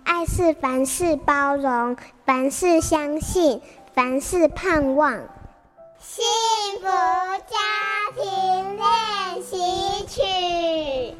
爱是凡事包容，凡事相信，凡事盼望。幸福家庭练习曲。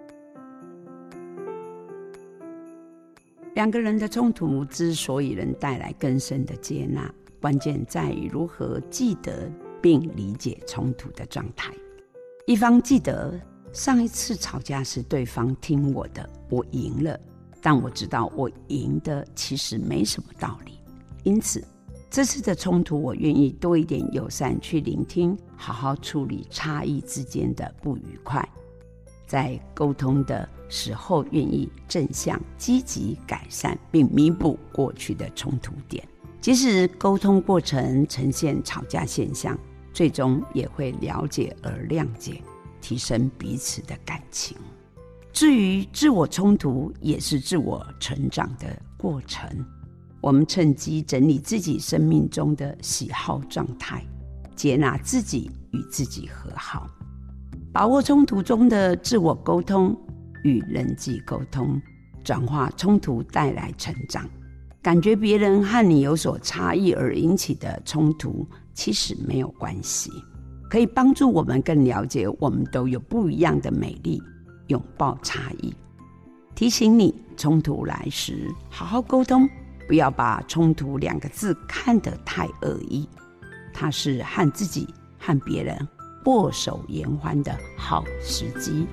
两个人的冲突之所以能带来更深的接纳，关键在于如何记得并理解冲突的状态。一方记得上一次吵架是对方听我的，我赢了，但我知道我赢的其实没什么道理，因此这次的冲突我愿意多一点友善去聆听，好好处理差异之间的不愉快，在沟通的时候愿意正向积极改善并弥补过去的冲突点。即使沟通过程呈现吵架现象，最终也会了解而谅解，提升彼此的感情。至于自我冲突，也是自我成长的过程，我们趁机整理自己生命中的喜好状态，接纳自己，与自己和好，把握冲突中的自我沟通与人际沟通，转化冲突带来成长。感觉别人和你有所差异而引起的冲突，其实没有关系，可以帮助我们更了解我们都有不一样的美丽，拥抱差异。提醒你，冲突来时好好沟通，不要把冲突2个字看得太恶意，它是和自己和别人握手言欢的好时机。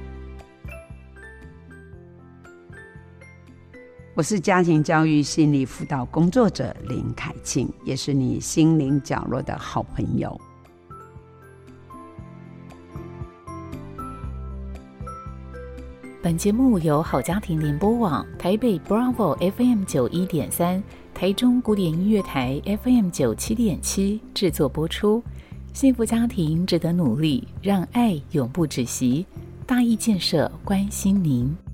我是家庭教育心理辅导工作者林凯庆，也是你心灵角落的好朋友。 本节目由好家庭联播网、台北 Bravo FM 91.3、台中古典音乐台 FM 97.7制作播出。幸福家庭值得努力，让爱永不止息。大义建设关心您。